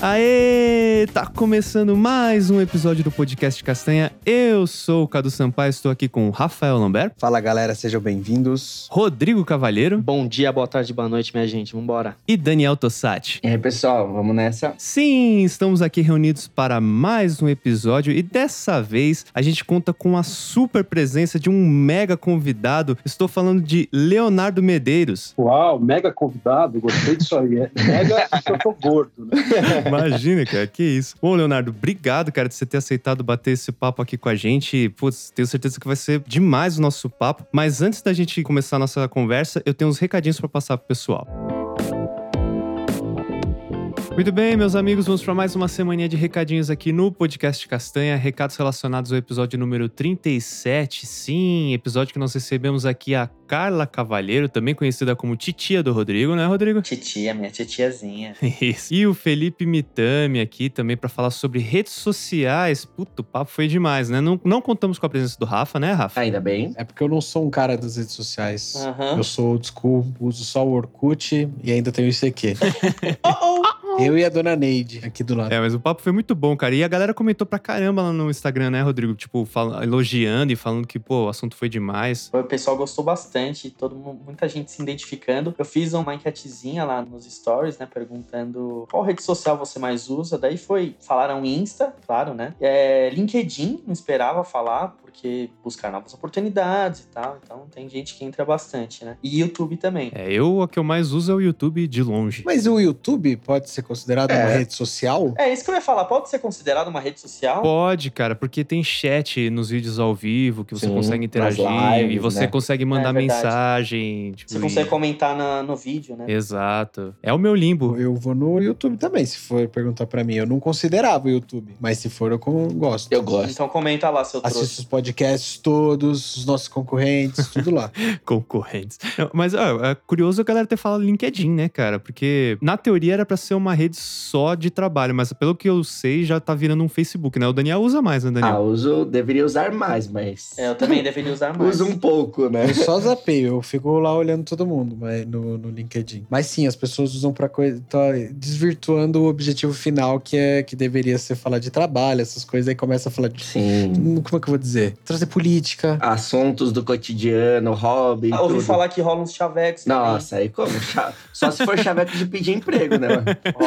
Aê! Tá começando mais um episódio do Podcast Castanha. Eu sou o Cadu Sampaio, estou aqui com o Rafael Lambert. Fala, galera, sejam bem-vindos. Rodrigo Cavalheiro. Bom dia, boa tarde, boa noite, minha gente. Vambora. E Daniel Tossati. E aí, pessoal, vamos nessa? Sim, estamos aqui reunidos para mais um episódio e dessa vez a gente conta com a super presença de um mega convidado. Estou falando de Leonardo Medeiros. Uau, mega convidado, gostei disso aí. Mega porque eu tô gordo, né? Imagina, cara, que isso. Bom, Leonardo, obrigado, cara, de você ter aceitado bater esse papo aqui com a gente. Putz, tenho certeza que vai ser demais o nosso papo. Mas antes da gente começar a nossa conversa, eu tenho uns recadinhos para passar pro pessoal. Muito bem, meus amigos, vamos para mais uma semaninha de recadinhos aqui no Podcast Castanha, recados relacionados ao episódio número 37, sim, episódio que nós recebemos aqui a Carla Cavalheiro, também conhecida como titia do Rodrigo, né, Rodrigo? Titia, minha titiazinha. Isso. E o Felipe Mitami aqui também para falar sobre redes sociais. Puta, o papo foi demais, né? Não contamos com a presença do Rafa, né, Rafa? Ainda bem. É porque eu não sou um cara das redes sociais. Uhum. Eu sou old school, uso só o Orkut e ainda tenho isso aqui. Eu e a dona Neide, aqui do lado. É, mas o papo foi muito bom, cara. E a galera comentou pra caramba lá no Instagram, né, Rodrigo? Tipo, elogiando e falando que, pô, o assunto foi demais. O pessoal gostou bastante, muita gente se identificando. Eu fiz uma enquetezinha lá nos stories, né, perguntando qual rede social você mais usa. Daí falaram Insta, claro, né? LinkedIn, não esperava falar, porque buscar novas oportunidades e tal. Então tem gente que entra bastante, né? E YouTube também. A que eu mais uso é o YouTube de longe. Mas o YouTube pode ser considerado uma rede social? É isso que eu ia falar. Pode ser considerado uma rede social? Pode, cara, porque tem chat nos vídeos ao vivo que você Sim, consegue interagir lives, e você né? consegue mandar verdade. mensagem. Tipo, Você consegue comentar no vídeo, né? Exato. É o meu limbo. Eu vou no YouTube também, se for perguntar pra mim. Eu não considerava o YouTube, mas se for, eu gosto. Eu gosto. Então comenta lá, seu trouxa. Assisto os podcasts todos, os nossos concorrentes, tudo lá. Concorrentes. Não, mas é curioso a galera ter falado LinkedIn, né, cara? Porque na teoria era pra ser uma rede só de trabalho, mas pelo que eu sei, já tá virando um Facebook, né? O Daniel usa mais, né, Daniel? Deveria usar mais, mas... Eu também deveria usar mais. Uso um pouco, né? Eu só zapeio, eu fico lá olhando todo mundo no LinkedIn. Mas sim, as pessoas usam pra coisa... Tá desvirtuando o objetivo final, que deveria ser falar de trabalho, essas coisas. Aí começa a falar de... Sim. Como é que eu vou dizer? Trazer política. Assuntos do cotidiano, hobby, Ouvi tudo. falar que rola uns chavecos também. Nossa, aí como? Só se for chaveco de pedir emprego, né?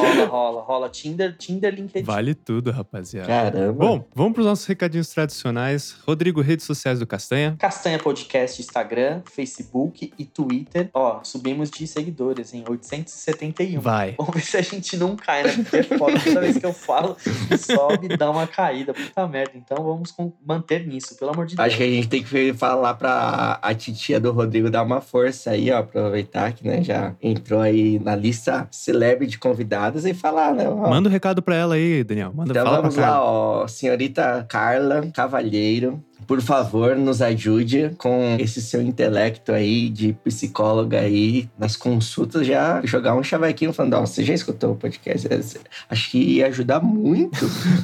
Rola. Tinder, LinkedIn. Vale tudo, rapaziada. Caramba. Bom, vamos pros nossos recadinhos tradicionais. Rodrigo, redes sociais do Castanha. Castanha Podcast, Instagram, Facebook e Twitter. Ó, subimos de seguidores, em 871. Vai. Vamos ver se a gente não cai, né? Porque é foda. Toda vez que eu falo, sobe e dá uma caída. Puta merda. Então vamos manter nisso, pelo amor de Deus. Acho que a gente tem que falar pra a titia do Rodrigo dar uma força aí, ó. Aproveitar que, né, já entrou aí na lista celebre de convidadas e falar, né? Ó. Manda um recado pra ela aí, Daniel. Então fala vamos pra lá, Carla. ó. Senhorita Carla Cavalheiro, por favor, nos ajude com esse seu intelecto aí de psicóloga aí nas consultas, já jogar um chavequinho falando, ó, você já escutou o podcast? Acho que ia ajudar muito.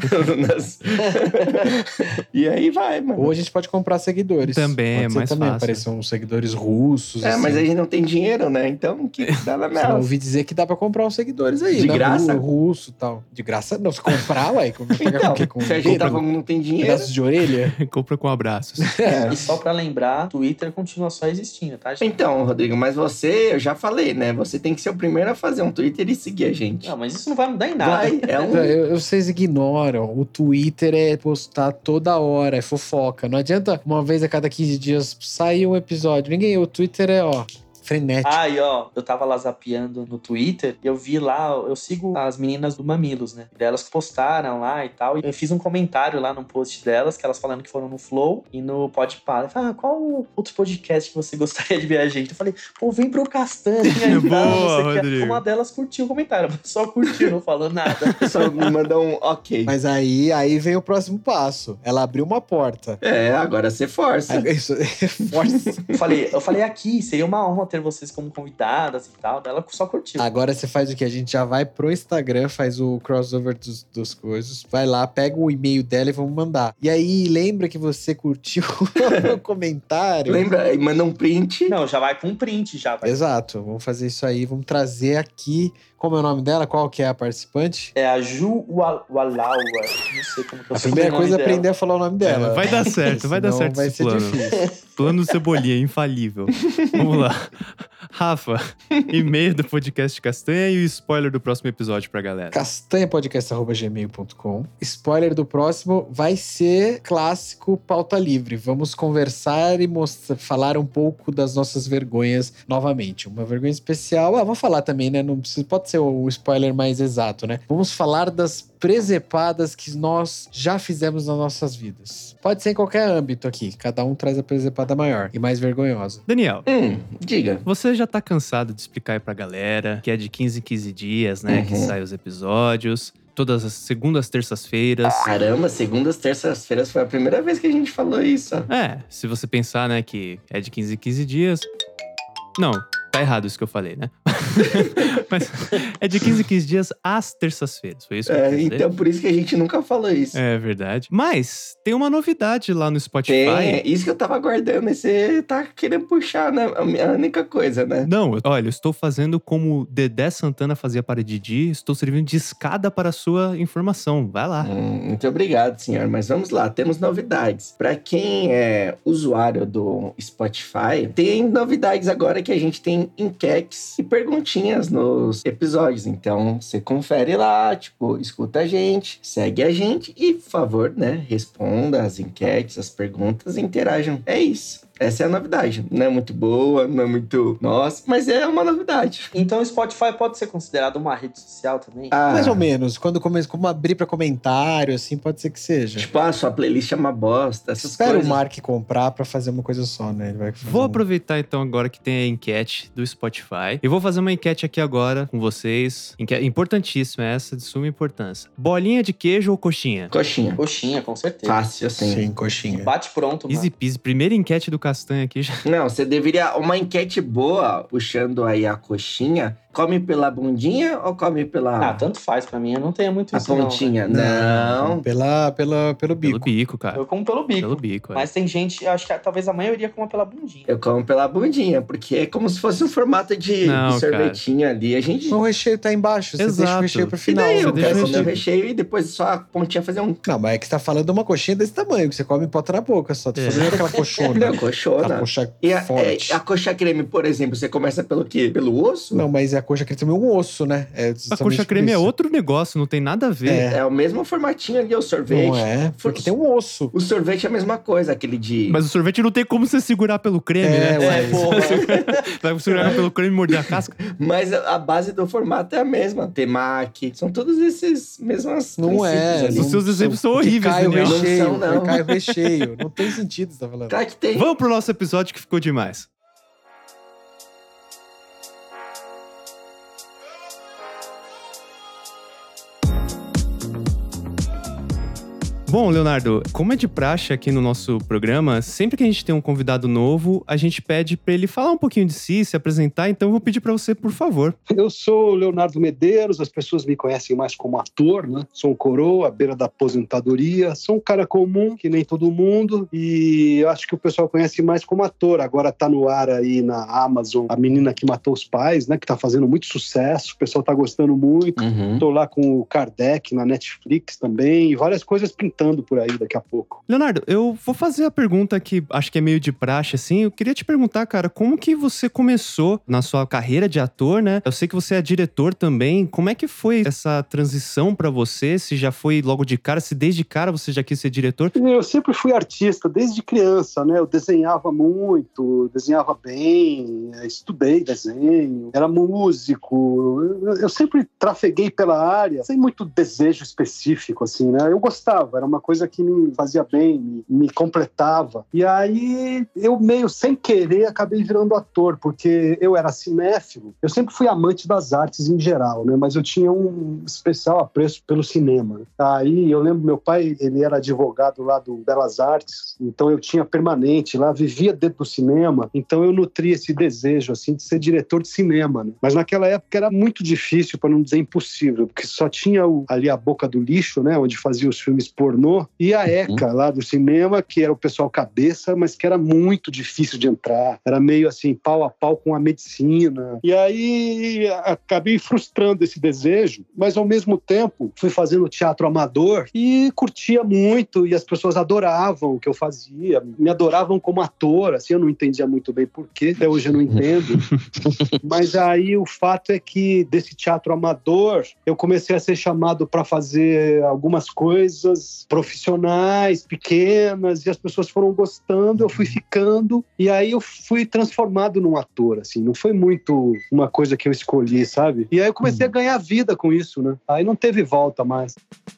E aí vai, mano. Ou a gente pode comprar seguidores. Também, pode é ser mais também, fácil. aparecer uns seguidores russos. É, mas a assim. gente não tem dinheiro, né? Então, que dá na Eu mesma. ouvi dizer que dá pra comprar uns seguidores aí. De na graça? Rua, russo e tal. De graça? Não, se comprar, ué. Pagar com Então, o quê? Com se a gente tá dedo? falando que não tem dinheiro... Pedaços de orelha? Compra com abraços. E só pra lembrar, Twitter continua só existindo, tá, gente? Então, Rodrigo, mas você, eu já falei, né? Você tem que ser o primeiro a fazer um Twitter e seguir a gente. Não, mas isso não vai mudar em nada. Vai, Vocês ignoram. O Twitter é postar toda hora, é fofoca. Não adianta uma vez a cada 15 dias sair um episódio. O Twitter é, ó, frenético. Ah, e ó, eu tava lá zapeando no Twitter, eu vi lá, eu sigo as meninas do Mamilos, né? Delas que postaram lá e tal, e eu fiz um comentário lá no post delas, que elas falando que foram no Flow e no Podpah. Eu falei, qual outro podcast que você gostaria de ver a gente? Eu falei, pô, vem pro Castanha e Boa, tal, não sei o Rodrigo. que. Uma delas curtiu o comentário, só curtiu, não falou nada. Só me mandou um ok. Mas aí vem o próximo passo. Ela abriu uma porta. É, agora você força. Isso, força. Eu falei, aqui, seria uma honra ter vocês como convidadas e tal. Ela só curtiu. Agora você faz o quê? A gente já vai pro Instagram, faz o crossover dos coisas, vai lá, pega o e-mail dela e vamos mandar. E aí, lembra que você curtiu o comentário? Lembra? E manda um print. Não, já vai com um print, já vai. Exato, vamos fazer isso aí, vamos trazer aqui. Como é o nome dela? Qual que é a participante? É a Ju Walaua. Não sei como que eu A sei o primeira nome coisa é dela. aprender a falar o nome dela. Vai dar certo, vai dar Senão certo vai esse ser plano. difícil. Plano Cebolinha, infalível. Vamos lá. Rafa, e-mail do podcast Castanha e o spoiler do próximo episódio pra galera. castanhapodcast@gmail.com. Spoiler do próximo vai ser clássico pauta livre. Vamos conversar e falar um pouco das nossas vergonhas novamente. Uma vergonha especial. Vou falar também, né? Não precisa, pode ser o spoiler mais exato, né? Vamos falar das presepadas que nós já fizemos nas nossas vidas. Pode ser em qualquer âmbito aqui. Cada um traz a presepada maior e mais vergonhosa. Daniel, Diga. você já tá cansado de explicar aí pra galera que é de 15 em 15 dias, né? Que saem os episódios. Todas as segundas, terças-feiras. Caramba, segundas, terças-feiras foi a primeira vez que a gente falou isso. Se você pensar, né, que é de 15 em 15 dias... Não, tá errado isso que eu falei, né? Mas é de 15 em 15 dias às terças-feiras, foi isso que eu quis dizer? Então por isso que a gente nunca falou isso. É verdade. Mas tem uma novidade lá no Spotify. Isso que eu tava aguardando, e você tá querendo puxar, né? A única coisa, né? Não, olha, eu estou fazendo como Dedé Santana fazia para Didi, estou servindo de escada para a sua informação. Vai lá. Muito obrigado, senhor. Mas vamos lá, temos novidades. Pra quem é usuário do Spotify, tem novidades agora que a gente tem enquetes e perguntinhas nos episódios. Então, você confere lá, escuta a gente, segue a gente e, por favor, né, responda as enquetes, as perguntas e interajam. É isso. Essa é a novidade. Não é muito boa, não é muito... Nossa, mas é uma novidade. Então o Spotify pode ser considerado uma rede social também? Mais ou menos. Quando como abrir pra comentário, assim, pode ser que seja. A sua playlist é uma bosta, essas Espera coisas. o Mark comprar pra fazer uma coisa só, né? Ele vai fazer Vou aproveitar então agora que tem a enquete do Spotify. E vou fazer uma enquete aqui agora com vocês. Importantíssima essa, de suma importância. Bolinha de queijo ou coxinha? Coxinha. Coxinha, com certeza. Fácil, assim. Sim, coxinha. Bate pronto, mano. Easy peasy. Primeira enquete do Castanha aqui já. Não, você deveria... Uma enquete boa, puxando aí a coxinha, come pela bundinha ou come pela... Tanto faz pra mim, eu não tenho muito a isso pontinha? Não. Pelo Pelo bico. bico, não. cara. Eu como pelo bico. Pelo bico, é. Mas tem gente, acho que talvez a maioria coma pela bundinha. Eu como pela bundinha, porque é como se fosse um formato de sorvetinho ali. A gente... O recheio tá embaixo, você deixa o Exato. recheio pro E final. daí você eu deixa quero o comer o recheio. recheio e depois só a pontinha fazer um... Não, mas é que você tá falando de uma coxinha desse tamanho, que você come e bota na boca só. Tô falando aquela coxona. Não, coxona. Aquela coxa E forte. a coxa creme, por exemplo, você começa pelo quê? Pelo osso? Não, mas a coxa creme também é um osso, né? A coxa creme é outro negócio, não tem nada a ver. É o mesmo formatinho ali, o sorvete. Não é, porque tem um osso. O sorvete é a mesma coisa, aquele de... Mas o sorvete não tem como você segurar pelo creme, né? ué. porra. Vai segurar pelo creme e morder a casca? Mas a base do formato é a mesma. Temaki, são todos esses mesmos Não é. princípios ali. Os seus exemplos são porque horríveis, cai o Daniel. recheio, Não são, não. cai o recheio. Não tem sentido, você tá falando. Claro que tem. Vamos pro nosso episódio que ficou demais. Bom, Leonardo, como é de praxe aqui no nosso programa, sempre que a gente tem um convidado novo, a gente pede pra ele falar um pouquinho de si, se apresentar, então eu vou pedir pra você, por favor. Eu sou Leonardo Medeiros, as pessoas me conhecem mais como ator, né? Sou um coroa, à beira da aposentadoria, sou um cara comum, que nem todo mundo, e eu acho que o pessoal conhece mais como ator. Agora tá no ar aí na Amazon, A Menina que Matou os Pais, né? Que tá fazendo muito sucesso, o pessoal tá gostando muito. Tô lá com o Kardec na Netflix também, e várias coisas pintando por aí daqui a pouco. Leonardo, eu vou fazer a pergunta que acho que é meio de praxe, assim. Eu queria te perguntar, cara, como que você começou na sua carreira de ator, né? Eu sei que você é diretor também. Como é que foi essa transição pra você? Se já foi logo de cara, se desde cara você já quis ser diretor? Eu sempre fui artista, desde criança, né? Eu desenhava muito, desenhava bem, estudei desenho, era músico. Eu sempre trafeguei pela área, sem muito desejo específico, assim, né? Eu gostava, era uma uma coisa que me fazia bem, me completava. E aí eu meio sem querer acabei virando ator, porque eu era cinéfilo. Eu sempre fui amante das artes em geral, né? Mas eu tinha um especial apreço pelo cinema. Aí eu lembro, meu pai, ele era advogado lá do Belas Artes, então eu tinha permanente lá, vivia dentro do cinema, então eu nutria esse desejo, assim, de ser diretor de cinema, né? Mas naquela época era muito difícil, para não dizer impossível, porque só tinha ali a Boca do Lixo, né? Onde fazia os filmes pornô, e a ECA lá do cinema, que era o pessoal cabeça, mas que era muito difícil de entrar. Era meio assim, pau a pau com a medicina. E aí acabei frustrando esse desejo, mas ao mesmo tempo fui fazendo teatro amador e curtia muito, e as pessoas adoravam o que eu fazia, me adoravam como ator, assim, eu não entendia muito bem por quê, até hoje eu não entendo. Mas aí o fato é que desse teatro amador eu comecei a ser chamado para fazer algumas coisas profissionais, pequenas, e as pessoas foram gostando, eu fui ficando, e aí eu fui transformado num ator, assim, não foi muito uma coisa que eu escolhi, sabe? E aí eu comecei a ganhar vida com isso, né? Aí não teve volta mais.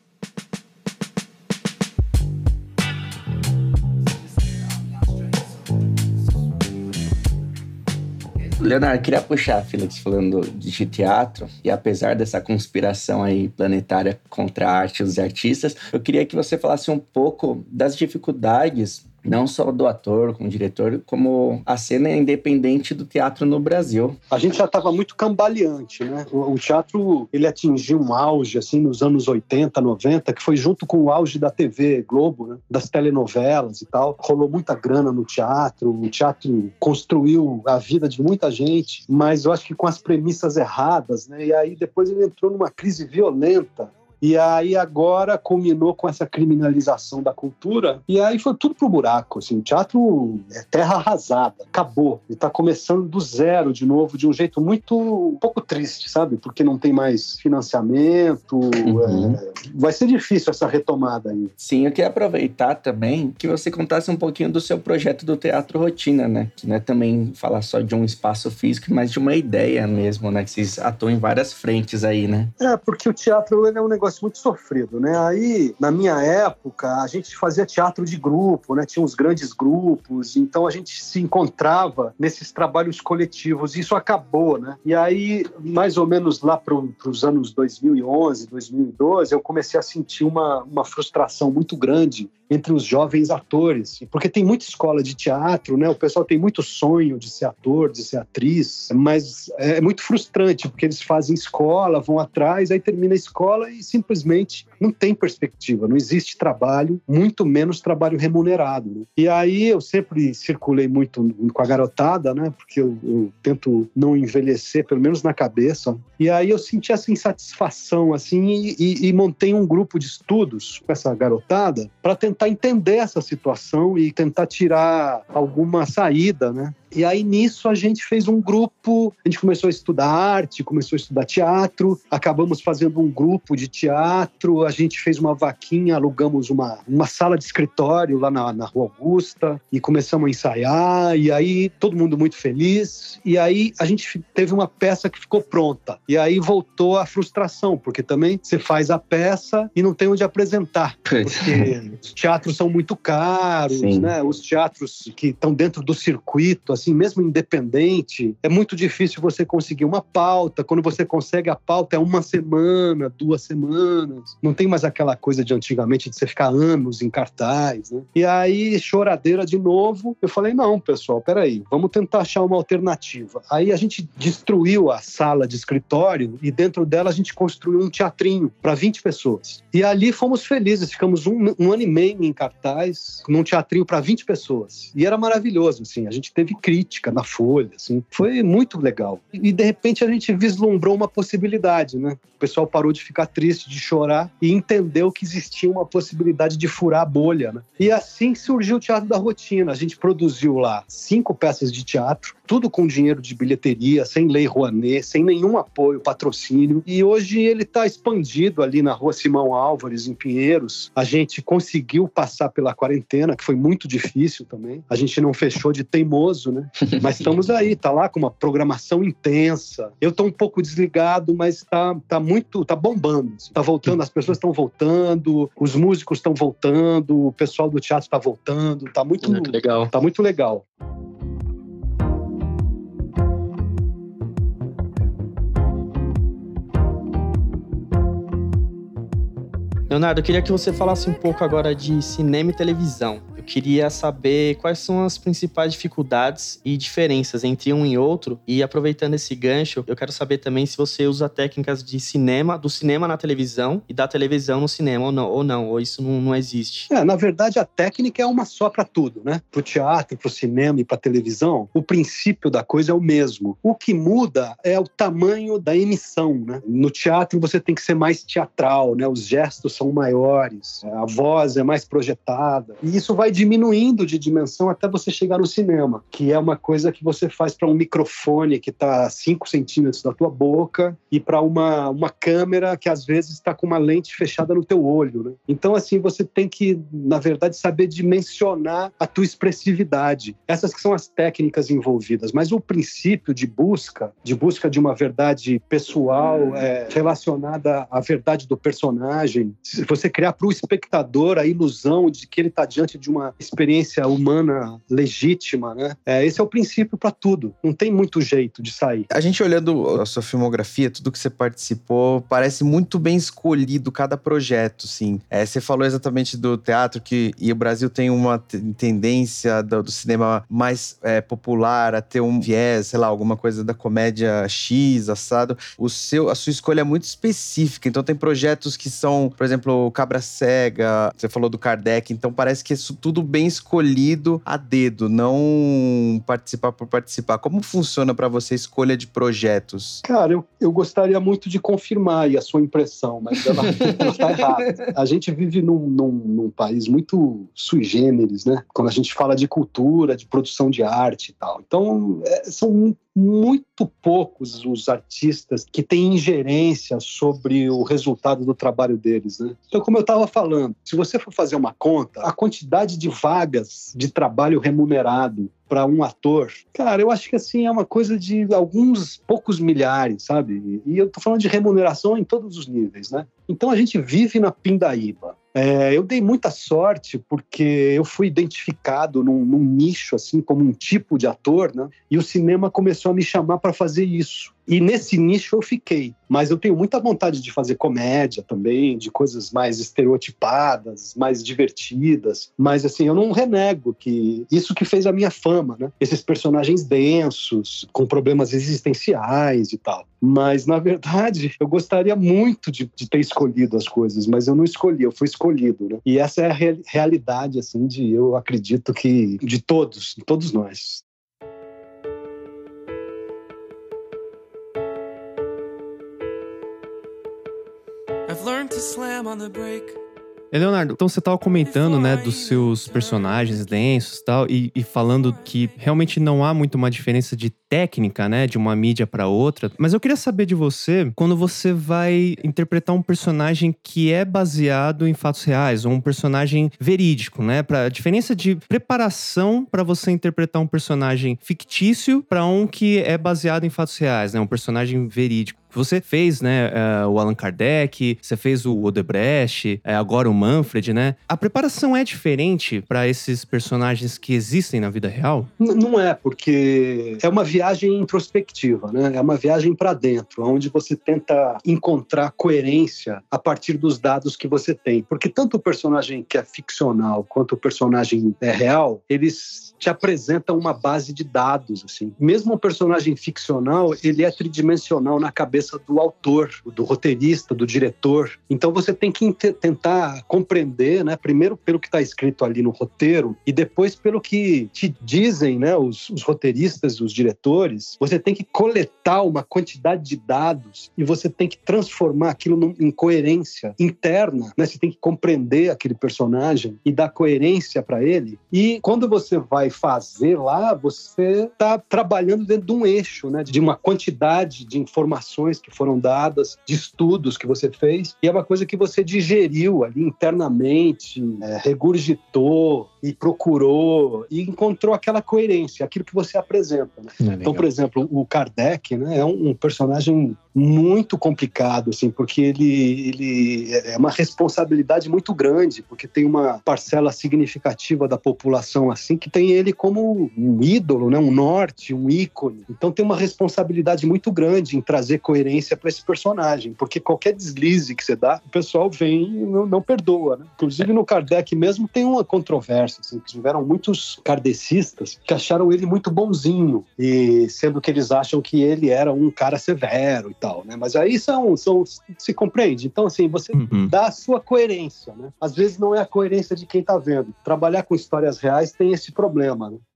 Leonardo, queria puxar, Félix, falando de teatro, e apesar dessa conspiração aí planetária contra a arte e os artistas, eu queria que você falasse um pouco das dificuldades, não só do ator, como diretor, como a cena independente do teatro no Brasil. A gente já estava muito cambaleante, né? O teatro, ele atingiu um auge, assim, nos anos 80, 90, que foi junto com o auge da TV Globo, né? Das telenovelas e tal. Rolou muita grana no teatro, o teatro construiu a vida de muita gente, mas eu acho que com as premissas erradas, né? E aí depois ele entrou numa crise violenta. E aí agora culminou com essa criminalização da cultura, e aí foi tudo pro buraco, assim, o teatro é terra arrasada, acabou, e tá começando do zero de novo, de um jeito um pouco triste, sabe, porque não tem mais financiamento, vai ser difícil essa retomada aí. Sim, eu queria aproveitar também que você contasse um pouquinho do seu projeto do Teatro Rotina, né, que não é também falar só de um espaço físico, mas de uma ideia mesmo, né, que vocês atuam em várias frentes aí, né. Porque o teatro ele é um negócio muito sofrido, né? Aí, na minha época, a gente fazia teatro de grupo, né? Tinha uns grandes grupos, então a gente se encontrava nesses trabalhos coletivos, e isso acabou, né? E aí, mais ou menos lá para os anos 2011, 2012, eu comecei a sentir uma frustração muito grande entre os jovens atores, porque tem muita escola de teatro, né? O pessoal tem muito sonho de ser ator, de ser atriz, mas é muito frustrante, porque eles fazem escola, vão atrás, aí termina a escola e simplesmente não tem perspectiva, não existe trabalho, muito menos trabalho remunerado, né? E aí eu sempre circulei muito com a garotada, né? Porque eu tento não envelhecer, pelo menos na cabeça. E aí eu senti essa insatisfação, assim, e montei um grupo de estudos com essa garotada para tentar entender essa situação e tentar tirar alguma saída, né? E aí, nisso, a gente fez um grupo, a gente começou a estudar arte, começou a estudar teatro, acabamos fazendo um grupo de teatro, a gente fez uma vaquinha, alugamos uma sala de escritório lá na Rua Augusta e começamos a ensaiar, e aí todo mundo muito feliz, e aí a gente teve uma peça que ficou pronta, e aí voltou a frustração, porque também você faz a peça e não tem onde apresentar, porque os teatros são muito caros, né? Os teatros que estão dentro do circuito, assim, mesmo independente, é muito difícil você conseguir uma pauta. Quando você consegue a pauta, é 1 semana, 2 semanas. Não tem mais aquela coisa de antigamente de você ficar anos em cartaz, né? E aí, choradeira de novo, eu falei, não, pessoal, peraí, vamos tentar achar uma alternativa. Aí a gente destruiu a sala de escritório e dentro dela a gente construiu um teatrinho para 20 pessoas. E ali fomos felizes, ficamos um ano e meio em cartaz, num teatrinho para 20 pessoas. E era maravilhoso, assim, a gente teve crítica na Folha, assim, foi muito legal. E de repente a gente vislumbrou uma possibilidade, né? O pessoal parou de ficar triste, de chorar e entendeu que existia uma possibilidade de furar a bolha, né? E assim surgiu o Teatro da Rotina. A gente produziu lá 5 peças de teatro tudo com dinheiro de bilheteria, sem lei Rouanet, sem nenhum apoio, patrocínio. E hoje ele está expandido ali na Rua Simão Álvares, em Pinheiros. A gente conseguiu passar pela quarentena, que foi muito difícil também. A gente não fechou de teimoso, né? Mas estamos aí, tá lá com uma programação intensa. Eu tô um pouco desligado, mas tá bombando. Assim. Tá voltando, as pessoas estão voltando, os músicos estão voltando, o pessoal do teatro tá voltando. Tá muito legal. Tá muito legal. Leonardo, eu queria que você falasse um pouco agora de cinema e televisão. Eu queria saber quais são as principais dificuldades e diferenças entre um e outro. E aproveitando esse gancho, eu quero saber também se você usa técnicas de cinema, do cinema na televisão e da televisão no cinema ou isso não existe. Na verdade, a técnica é uma só para tudo, né? Pro teatro, pro cinema e pra televisão, o princípio da coisa é o mesmo. O que muda é o tamanho da emissão, né? No teatro você tem que ser mais teatral, né? Os gestos são maiores, a voz é mais projetada. E isso vai diminuindo de dimensão até você chegar no cinema, que é uma coisa que você faz para um microfone que está a 5 centímetros da tua boca e para uma câmera que às vezes está com uma lente fechada no teu olho, né? Então, assim, você tem que, na verdade, saber dimensionar a tua expressividade. Essas que são as técnicas envolvidas. Mas o princípio de busca de uma verdade pessoal relacionada à verdade do personagem, se você criar para o espectador a ilusão de que ele está diante de uma experiência humana legítima, né? Esse é o princípio para tudo. Não tem muito jeito de sair. A gente olhando a sua filmografia, tudo que você participou, parece muito bem escolhido cada projeto, sim. Você falou exatamente do teatro, e o Brasil tem uma tendência do cinema mais popular a ter um viés, sei lá, alguma coisa da comédia X, assado. A sua escolha é muito específica, então tem projetos que são, por exemplo, Cabra Cega, você falou do Kardec, então parece que é tudo bem escolhido a dedo, não participar por participar. Como funciona para você a escolha de projetos? Cara, eu gostaria muito de confirmar aí a sua impressão, mas ela está errada. A gente vive num país muito sui generis, né? Quando a gente fala de cultura, de produção de arte e tal. Então, são muito poucos os artistas que têm ingerência sobre o resultado do trabalho deles, né? Então, como eu estava falando, se você for fazer uma conta, a quantidade de vagas de trabalho remunerado para um ator, cara, eu acho que assim é uma coisa de alguns poucos milhares, sabe? E eu tô falando de remuneração em todos os níveis, né? Então a gente vive na pindaíba. Eu dei muita sorte porque eu fui identificado num nicho, assim, como um tipo de ator, né? E o cinema começou a me chamar para fazer isso. E nesse nicho eu fiquei. Mas eu tenho muita vontade de fazer comédia também, de coisas mais estereotipadas, mais divertidas. Mas, assim, eu não renego que isso que fez a minha fama, né? Esses personagens densos, com problemas existenciais e tal. Mas, na verdade, eu gostaria muito de ter escolhido as coisas, mas eu não escolhi, eu fui escolhido, né? E essa é a realidade, assim, eu acredito que de todos nós. Leonardo, então você estava comentando, né, dos seus personagens densos e tal, e falando que realmente não há muito uma diferença de técnica, né, de uma mídia para outra. Mas eu queria saber de você, quando você vai interpretar um personagem que é baseado em fatos reais, ou um personagem verídico, né, a diferença de preparação para você interpretar um personagem fictício para um que é baseado em fatos reais, né, um personagem verídico. Você fez, né, o Allan Kardec, você fez o Odebrecht, agora o Manfred, né? A preparação é diferente para esses personagens que existem na vida real? Não é, porque é uma viagem introspectiva, né? É uma viagem para dentro, onde você tenta encontrar coerência a partir dos dados que você tem. Porque tanto o personagem que é ficcional quanto o personagem real, eles te apresentam uma base de dados, assim. Mesmo o personagem ficcional, ele é tridimensional na cabeça cabeça do autor, do roteirista, do diretor. Então você tem que tentar compreender, né, primeiro pelo que está escrito ali no roteiro e depois pelo que te dizem, né, os roteiristas, os diretores. Você tem que coletar uma quantidade de dados e você tem que transformar aquilo em coerência interna, né? Você tem que compreender aquele personagem e dar coerência para ele. E quando você vai fazer lá, você está trabalhando dentro de um eixo, né, de uma quantidade de informações que foram dadas, de estudos que você fez, e é uma coisa que você digeriu ali internamente, regurgitou e procurou e encontrou aquela coerência, aquilo que você apresenta, né? Então, por exemplo, o Kardec, né, é um personagem muito complicado, assim, porque ele é uma responsabilidade muito grande, porque tem uma parcela significativa da população, assim, que tem ele como um ídolo, né, um norte, um ícone. Então tem uma responsabilidade muito grande em trazer coerência para esse personagem, porque qualquer deslize que você dá, o pessoal vem e não perdoa, né? Inclusive no Kardec mesmo tem uma controvérsia, assim, que tiveram muitos kardecistas que acharam ele muito bonzinho, e sendo que eles acham que ele era um cara severo e tal, né? Mas aí se compreende. Então, assim, você dá a sua coerência, né? Às vezes não é a coerência de quem tá vendo. Trabalhar com histórias reais tem esse problema, né?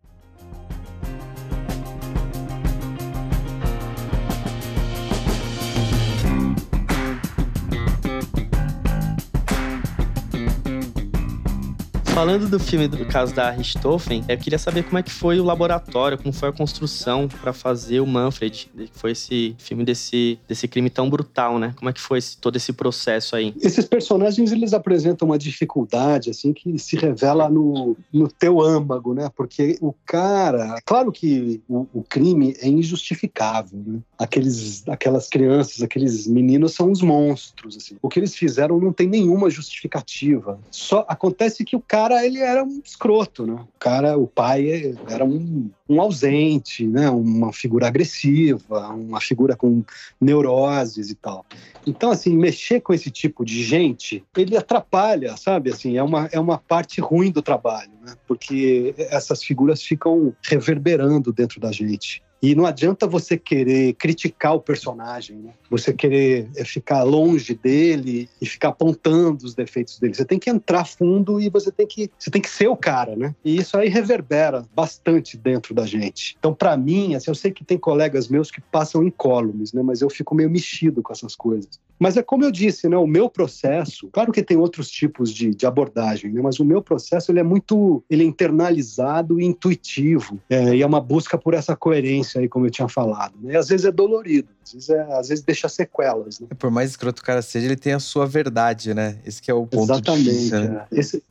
Falando do filme, do caso da Richthofen, eu queria saber como é que foi o laboratório, como foi a construção para fazer o Manfred, que foi esse filme desse crime tão brutal, né? Como é que foi todo esse processo aí? Esses personagens, eles apresentam uma dificuldade, assim, que se revela no teu âmago, né? Porque o cara... Claro que o crime é injustificável, né? Aquelas crianças, aqueles meninos são uns monstros, assim. O que eles fizeram não tem nenhuma justificativa. Só acontece que o cara, ele era um escroto, né? O pai era um ausente, né? Uma figura agressiva, uma figura com neuroses e tal. Então, assim, mexer com esse tipo de gente, ele atrapalha, sabe? Assim, é uma parte ruim do trabalho, né? Porque essas figuras ficam reverberando dentro da gente. E não adianta você querer criticar o personagem, né? Você querer ficar longe dele e ficar apontando os defeitos dele. Você tem que entrar fundo e você tem que ser o cara, né? E isso aí reverbera bastante dentro da gente. Então, para mim, assim, eu sei que tem colegas meus que passam incólumes, né? Mas eu fico meio mexido com essas coisas. Mas é como eu disse, né? O meu processo, claro que tem outros tipos de abordagem, né? Mas o meu processo, ele é internalizado e intuitivo. E é uma busca por essa coerência aí, como eu tinha falado, né? E às vezes é dolorido, às vezes deixa sequelas, né? Por mais escroto o cara seja, ele tem a sua verdade, né? Esse que é o ponto. Exatamente, difícil, né?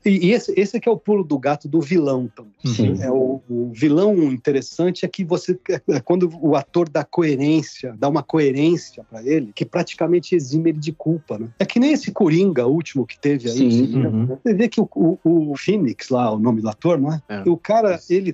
Esse que é o pulo do gato do vilão também. Sim. O vilão interessante é que quando o ator dá uma coerência pra ele, que praticamente exime ele de culpa, né? É que nem esse Coringa último que teve aí. Sim. Você vê que o Phoenix lá, o nome do ator, não é? O cara, ele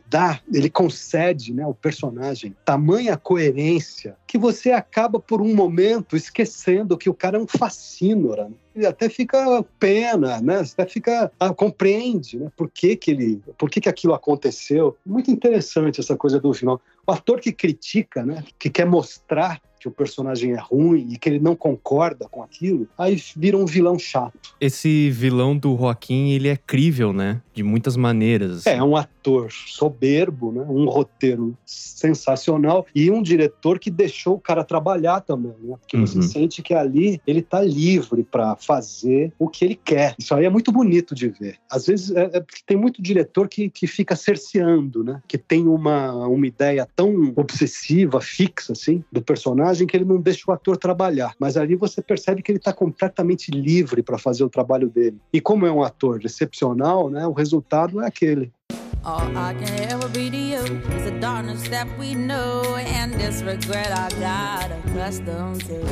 concede, né, o personagem tamanha coerência que você acaba por um momento esquecendo que o cara é um fascínora, né? E até fica pena, né? Você até compreende, né? Por que aquilo aconteceu. Muito interessante essa coisa do final. O ator que critica, né? Que quer mostrar que o personagem é ruim e que ele não concorda com aquilo, aí vira um vilão chato. Esse vilão do Joaquim, ele é crível, né? De muitas maneiras. É um ator soberbo, né? Um roteiro sensacional e um diretor que deixou o cara trabalhar também, né? Porque você sente que ali ele tá livre para fazer o que ele quer. Isso aí é muito bonito de ver. Às vezes tem muito diretor que fica cerceando, né? Que tem uma ideia tão obsessiva, fixa, assim, do personagem, que ele não deixa o ator trabalhar. Mas ali você percebe que ele está completamente livre para fazer o trabalho dele. E como é um ator excepcional, né, o resultado é aquele. All I can ever be to you is the darkness that we know and this regret I got accustomed to.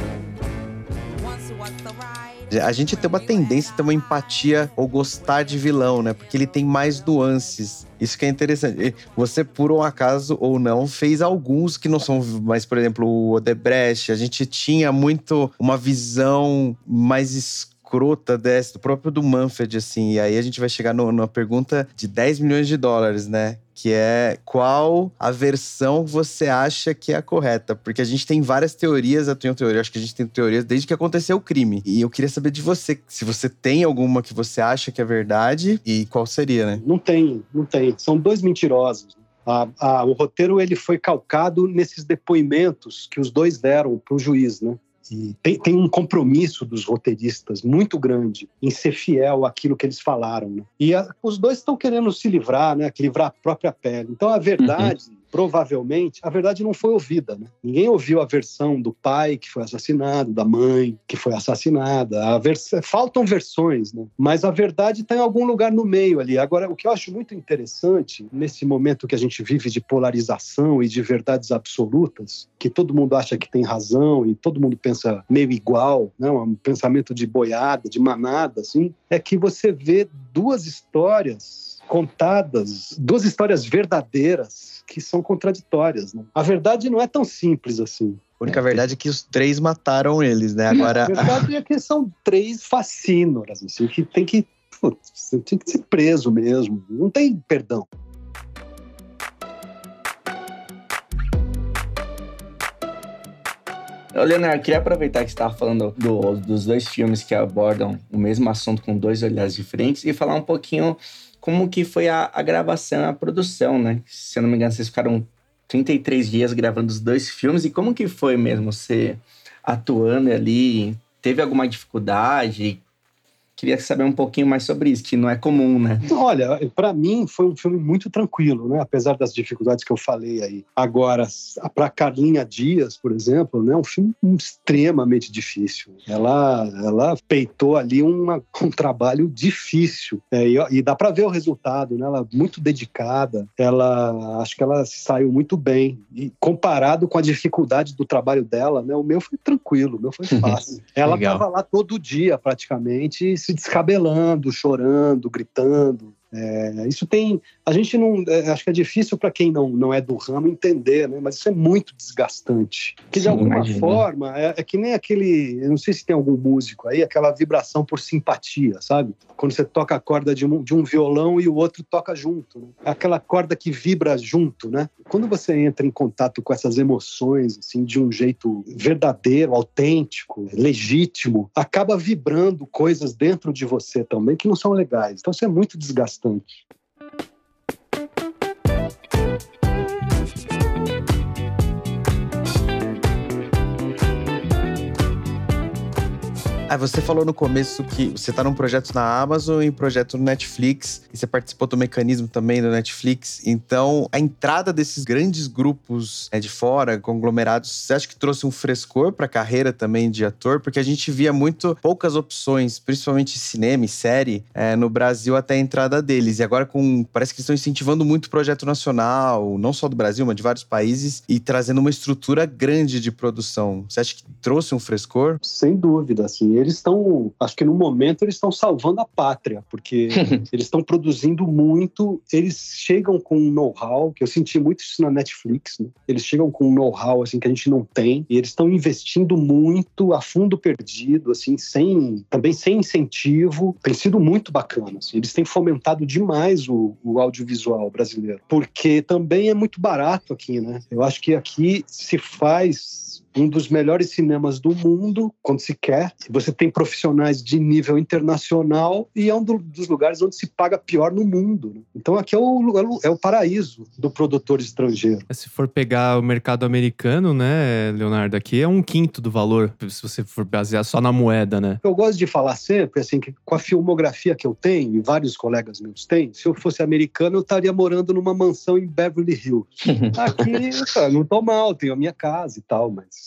A gente tem uma tendência a ter uma empatia ou gostar de vilão, né? Porque ele tem mais nuances. Isso que é interessante. Você, por um acaso ou não, fez alguns que não são mais, por exemplo, o Odebrecht. A gente tinha muito uma visão mais escura escrota dessa, do próprio do Manfred, assim. E aí a gente vai chegar numa pergunta de 10 milhões de dólares, né? Que é qual a versão você acha que é a correta? Porque a gente tem várias teorias, acho que a gente tem teorias desde que aconteceu o crime. E eu queria saber de você, se você tem alguma que você acha que é verdade e qual seria, né? Não tem. São dois mentirosos. O roteiro ele foi calcado nesses depoimentos que os dois deram para o juiz, né? E tem um compromisso dos roteiristas muito grande em ser fiel àquilo que eles falaram, né? E os dois estão querendo se livrar, né? Livrar a própria pele. Então, a verdade, provavelmente, a verdade não foi ouvida, né? Ninguém ouviu a versão do pai que foi assassinado, da mãe que foi assassinada. Faltam versões, né? Mas a verdade está em algum lugar no meio ali. Agora, o que eu acho muito interessante, nesse momento que a gente vive de polarização e de verdades absolutas, que todo mundo acha que tem razão e todo mundo pensa meio igual, né? Um pensamento de boiada, de manada, assim, é que você vê duas histórias contadas, duas histórias verdadeiras que são contraditórias, né? A verdade não é tão simples assim. A única verdade é que os 3 mataram eles, né? Agora... A verdade é que são 3 facínoras, assim, que tem que ser preso mesmo. Não tem perdão. Leonardo, queria aproveitar que você estava falando dos 2 filmes que abordam o mesmo assunto com 2 olhares diferentes e falar um pouquinho como que foi a gravação, a produção, né? Se eu não me engano, vocês ficaram 33 dias gravando os 2 filmes. E como que foi mesmo você atuando ali? Teve alguma dificuldade? Queria saber um pouquinho mais sobre isso, que não é comum, né? Olha, para mim foi um filme muito tranquilo, né? Apesar das dificuldades que eu falei aí. Agora, para Carlinha Dias, por exemplo, né? Um filme extremamente difícil. Ela peitou ali um trabalho difícil. E dá para ver o resultado, né? Ela muito dedicada. Acho que ela saiu muito bem. E comparado com a dificuldade do trabalho dela, né? O meu foi tranquilo, o meu foi fácil. Ela estava lá todo dia, praticamente, se descabelando, chorando, gritando. Isso tem... A gente não... acho que é difícil para quem não é do ramo entender, né? Mas isso é muito desgastante. Porque, de alguma forma, é que nem aquele... Eu não sei se tem algum músico aí, aquela vibração por simpatia, sabe? Quando você toca a corda de um violão e o outro toca junto, né? Aquela corda que vibra junto, né? Quando você entra em contato com essas emoções, assim, de um jeito verdadeiro, autêntico, legítimo, acaba vibrando coisas dentro de você também que não são legais. Então, isso é muito desgastante. Você falou no começo que você está num projeto na Amazon e um projeto no Netflix, e você participou do mecanismo também do Netflix. Então, a entrada desses grandes grupos de fora, conglomerados, você acha que trouxe um frescor para a carreira também de ator? Porque a gente via poucas opções, principalmente cinema e série, no Brasil até a entrada deles. E agora parece que estão incentivando muito o projeto nacional, não só do Brasil, mas de vários países, e trazendo uma estrutura grande de produção. Você acha que trouxe um frescor? Sem dúvida, assim. Eles estão, acho que no momento eles estão salvando a pátria, porque eles estão produzindo muito, eles chegam com um know-how, que eu senti muito isso na Netflix, né? Eles chegam com um know-how assim, que a gente não tem, e eles estão investindo muito a fundo perdido, assim, também sem incentivo. Tem sido muito bacana, assim. Eles têm fomentado demais o audiovisual brasileiro, porque também é muito barato aqui, né? Eu acho que aqui se faz um dos melhores cinemas do mundo, quando se quer. Você tem profissionais de nível internacional e é um dos lugares onde se paga pior no mundo, né? Então aqui é o paraíso do produtor estrangeiro. Se for pegar o mercado americano, né, Leonardo, aqui é 1/5 do valor, se você for basear só na moeda, né? Eu gosto de falar sempre, assim, que com a filmografia que eu tenho, e vários colegas meus têm, se eu fosse americano, eu estaria morando numa mansão em Beverly Hills. Aqui, não tô mal, tenho a minha casa e tal, mas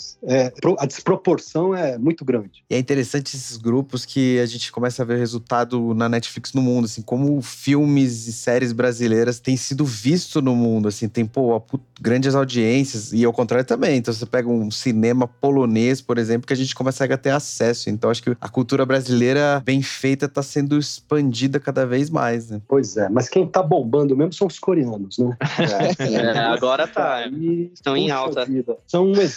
a desproporção é muito grande. E é interessante esses grupos que a gente começa a ver resultado na Netflix no mundo, assim, como filmes e séries brasileiras têm sido vistos no mundo, assim, tem, grandes audiências, e ao contrário também. Então você pega um cinema polonês, por exemplo, que a gente consegue a ter acesso. Então acho que a cultura brasileira bem feita está sendo expandida cada vez mais, né? Pois é, mas quem tá bombando mesmo são os coreanos, né? Agora tá. Estão em alta. Vida. São um exemplo.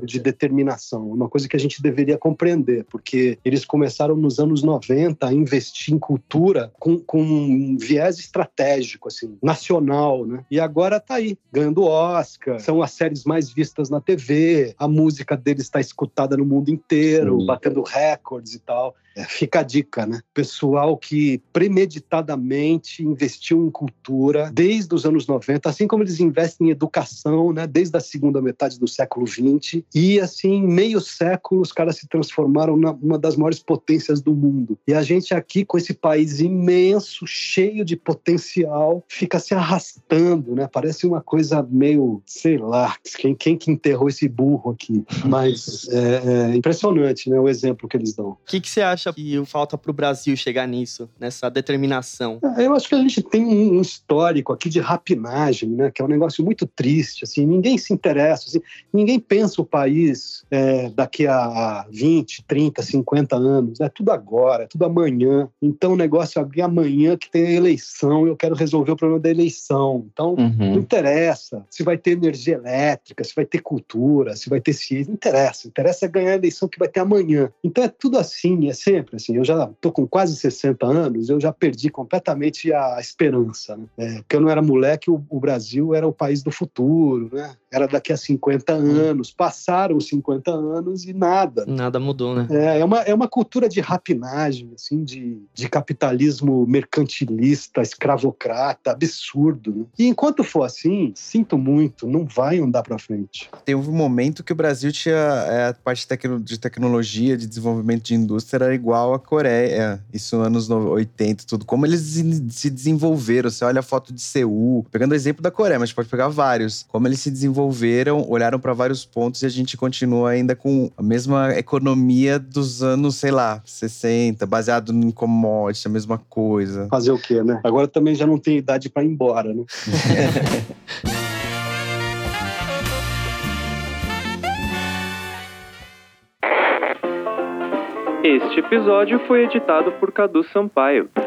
de determinação. Uma coisa que a gente deveria compreender, porque eles começaram nos anos 90 a investir em cultura com um viés estratégico, assim, nacional, né? E agora tá aí, ganhando Oscar, são as séries mais vistas na TV, a música deles está escutada no mundo inteiro, batendo recordes e tal. Fica a dica, né? Pessoal que premeditadamente investiu em cultura desde os anos 90, assim como eles investem em educação, né? Desde a segunda metade do século XX. E, assim, em meio século, os caras se transformaram numa das maiores potências do mundo. E a gente aqui, com esse país imenso, cheio de potencial, fica se arrastando, né? Parece uma coisa meio, sei lá, quem que enterrou esse burro aqui? Mas é impressionante, né? O exemplo que eles dão. O que você acha que falta pro Brasil chegar nisso, nessa determinação? Eu acho que a gente tem um histórico aqui de rapinagem, né? Que é um negócio muito triste, assim, ninguém se interessa, assim, ninguém pensa o país daqui a 20, 30, 50 anos, é tudo agora, é tudo amanhã. Então o negócio é amanhã que tem a eleição, eu quero resolver o problema da eleição. Então não interessa se vai ter energia elétrica, se vai ter cultura, se vai ter ciência, não interessa. Interessa é ganhar a eleição que vai ter amanhã. Então é tudo assim, é sempre assim. Eu já tô com quase 60 anos, eu já perdi completamente a esperança, né? Porque eu não era moleque, o Brasil era o país do futuro, né? Era daqui a 50 anos, passaram os 50 anos e nada. Nada mudou, né? É uma cultura de rapinagem, assim, de capitalismo mercantilista, escravocrata, absurdo, né? E enquanto for assim, sinto muito, não vai andar pra frente. Teve um momento que o Brasil tinha a parte de tecnologia, de desenvolvimento de indústria, era igual à Coreia. Isso nos anos 80 e tudo. Como eles se desenvolveram. Você olha a foto de Seul, pegando o exemplo da Coreia, mas pode pegar vários. Como eles se desenvolveram, olharam para vários pontos e a gente continua ainda com a mesma economia dos anos, sei lá, 60, baseado em commodity, a mesma coisa. Fazer o quê, né? Agora também já não tem idade para ir embora, né? Este episódio foi editado por Cadu Sampaio.